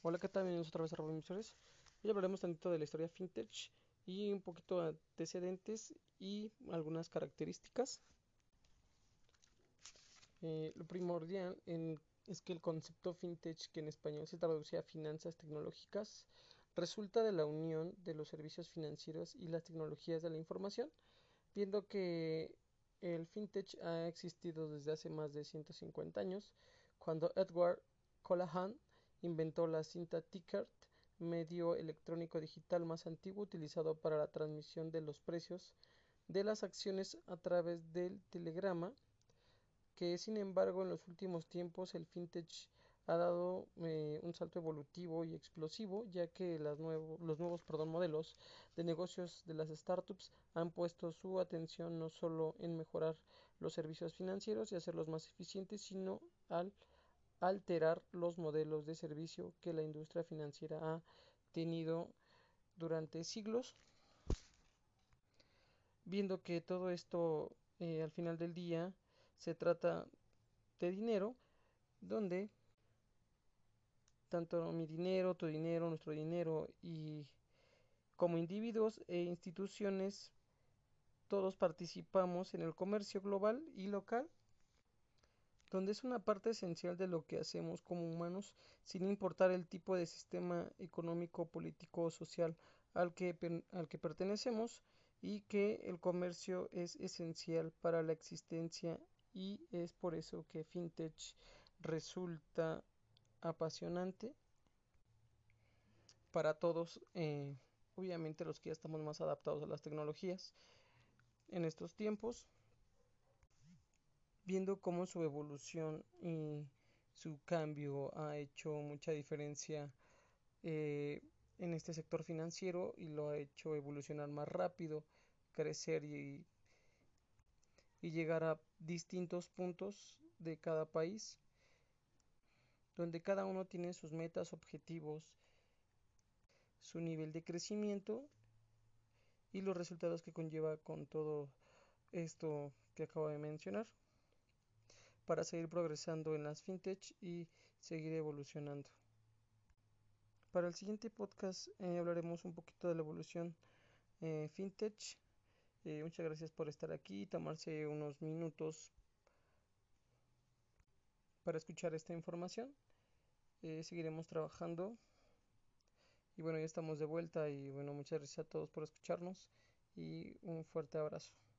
Hola, ¿qué tal? Bienvenidos otra vez a Robin Emisores. Hoy hablaremos tantito de la historia fintech y un poquito de antecedentes y algunas características. Lo primordial es que el concepto fintech, que en español se traduce a finanzas tecnológicas, resulta de la unión de los servicios financieros y las tecnologías de la información, viendo que el fintech ha existido desde hace más de 150 años, cuando Edward Callahan inventó la cinta Tickert, medio electrónico digital más antiguo utilizado para la transmisión de los precios de las acciones a través del telegrama, que sin embargo en los últimos tiempos el fintech ha dado un salto evolutivo y explosivo, ya que los nuevos modelos de negocios de las startups han puesto su atención no solo en mejorar los servicios financieros y hacerlos más eficientes, sino al alterar los modelos de servicio que la industria financiera ha tenido durante siglos, viendo que todo esto al final del día se trata de dinero, donde tanto mi dinero, tu dinero, nuestro dinero y como individuos e instituciones, todos participamos en el comercio global y local, donde es una parte esencial de lo que hacemos como humanos, sin importar el tipo de sistema económico, político o social al que pertenecemos, y que el comercio es esencial para la existencia, y es por eso que fintech resulta apasionante para todos, obviamente los que ya estamos más adaptados a las tecnologías en estos tiempos, viendo cómo su evolución y su cambio ha hecho mucha diferencia eh, en este sector financiero y lo ha hecho evolucionar más rápido, crecer y llegar a distintos puntos de cada país, donde cada uno tiene sus metas, objetivos, su nivel de crecimiento y los resultados que conlleva con todo esto que acabo de mencionar, para seguir progresando en las fintech y seguir evolucionando. Para el siguiente podcast hablaremos un poquito de la evolución fintech. Muchas gracias por estar aquí y tomarse unos minutos para escuchar esta información. Seguiremos trabajando y bueno, ya estamos de vuelta y bueno, muchas gracias a todos por escucharnos y un fuerte abrazo.